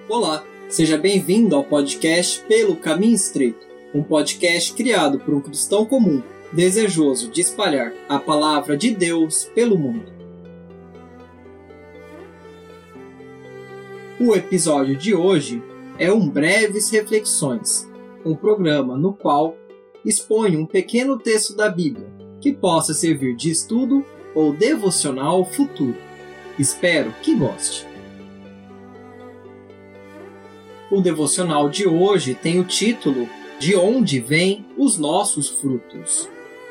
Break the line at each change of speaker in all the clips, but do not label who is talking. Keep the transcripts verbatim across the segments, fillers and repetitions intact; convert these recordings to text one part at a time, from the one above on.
Olá, seja bem-vindo ao podcast Pelo Caminho Estreito, um podcast criado por um cristão comum, desejoso de espalhar a palavra de Deus pelo mundo. O episódio de hoje é um Breves Reflexões, um programa no qual exponho um pequeno texto da Bíblia que possa servir de estudo ou devocional futuro. Espero que goste. O devocional de hoje tem o título De onde vêm os nossos frutos?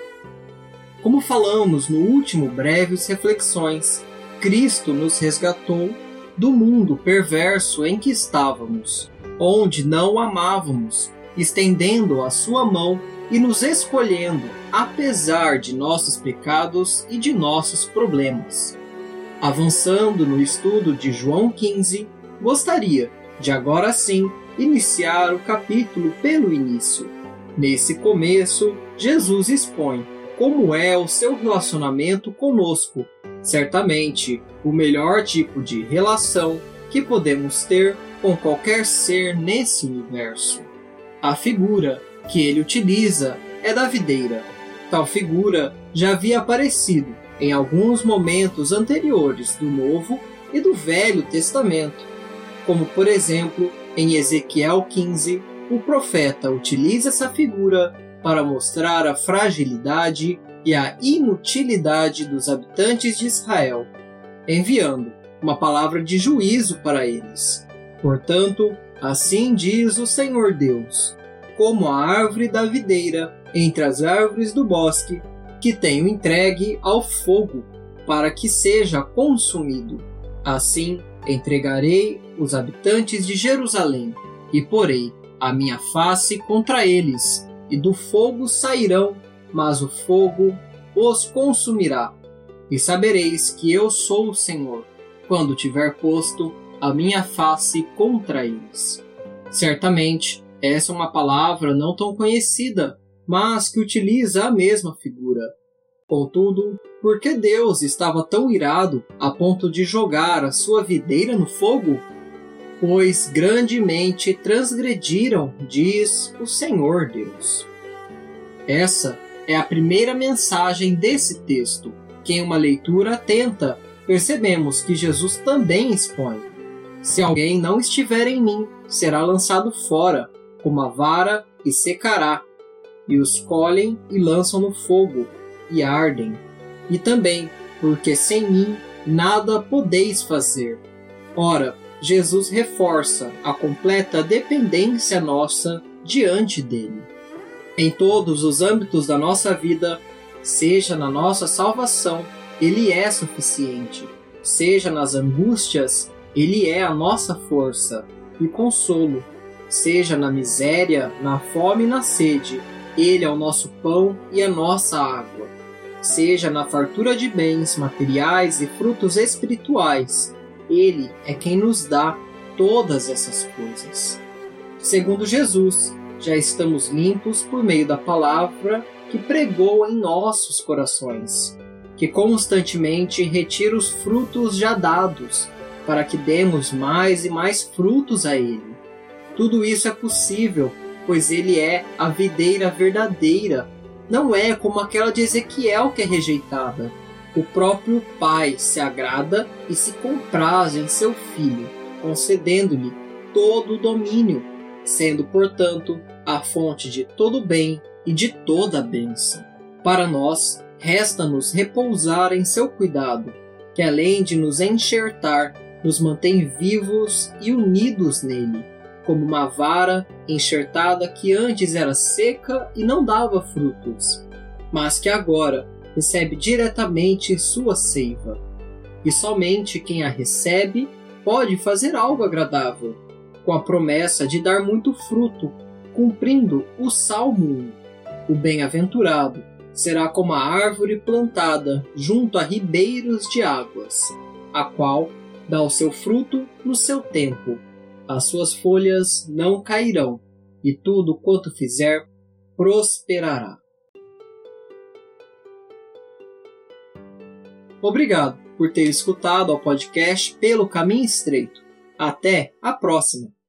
Como falamos no último Breves Reflexões, Cristo nos resgatou do mundo perverso em que estávamos, onde não o amávamos, estendendo a sua mão e nos escolhendo, apesar de nossos pecados e de nossos problemas. Avançando no estudo de João quinze, gostaria de agora sim iniciar o capítulo pelo início. Nesse começo, Jesus expõe como é o seu relacionamento conosco, certamente o melhor tipo de relação que podemos ter com qualquer ser nesse universo. A figura que ele utiliza é da videira. Tal figura já havia aparecido em alguns momentos anteriores do Novo e do Velho Testamento, como por exemplo, em Ezequiel quinze, o profeta utiliza essa figura para mostrar a fragilidade e a inutilidade dos habitantes de Israel, enviando uma palavra de juízo para eles. Portanto, assim diz o Senhor Deus: como a árvore da videira entre as árvores do bosque, que tenho entregue ao fogo, para que seja consumido. Assim entregarei os habitantes de Jerusalém, e porei a minha face contra eles, e do fogo sairão, mas o fogo os consumirá. E sabereis que eu sou o Senhor, quando tiver posto a minha face contra eles. Certamente, essa é uma palavra não tão conhecida, mas que utiliza a mesma figura. Contudo, por que Deus estava tão irado a ponto de jogar a sua videira no fogo? Pois grandemente transgrediram, diz o Senhor Deus. Essa é a primeira mensagem desse texto, que em uma leitura atenta percebemos que Jesus também expõe. Se alguém não estiver em mim, será lançado fora, como a vara, e secará, e os colhem e lançam no fogo, e ardem. E também, porque sem mim nada podeis fazer. Ora, Jesus reforça a completa dependência nossa diante dele. Em todos os âmbitos da nossa vida, seja na nossa salvação, ele é suficiente. Seja nas angústias, ele é a nossa força e consolo. Seja na miséria, na fome e na sede, ele é o nosso pão e a nossa água. Seja na fartura de bens materiais e frutos espirituais, ele é quem nos dá todas essas coisas. Segundo Jesus, já estamos limpos por meio da palavra que pregou em nossos corações, que constantemente retira os frutos já dados, para que demos mais e mais frutos a ele. Tudo isso é possível, pois ele é a videira verdadeira. Não é como aquela de Ezequiel que é rejeitada. O próprio Pai se agrada e se compraz em seu Filho, concedendo-lhe todo o domínio, sendo, portanto, a fonte de todo bem e de toda a bênção. Para nós, resta-nos repousar em seu cuidado, que além de nos enxertar, nos mantém vivos e unidos nele, como uma vara enxertada que antes era seca e não dava frutos, mas que agora recebe diretamente sua seiva. E somente quem a recebe pode fazer algo agradável, com a promessa de dar muito fruto, cumprindo o Salmo um. O bem-aventurado será como a árvore plantada junto a ribeiros de águas, a qual dá o seu fruto no seu tempo. As suas folhas não cairão, e tudo quanto fizer prosperará. Obrigado por ter escutado ao podcast Pelo Caminho Estreito. Até a próxima!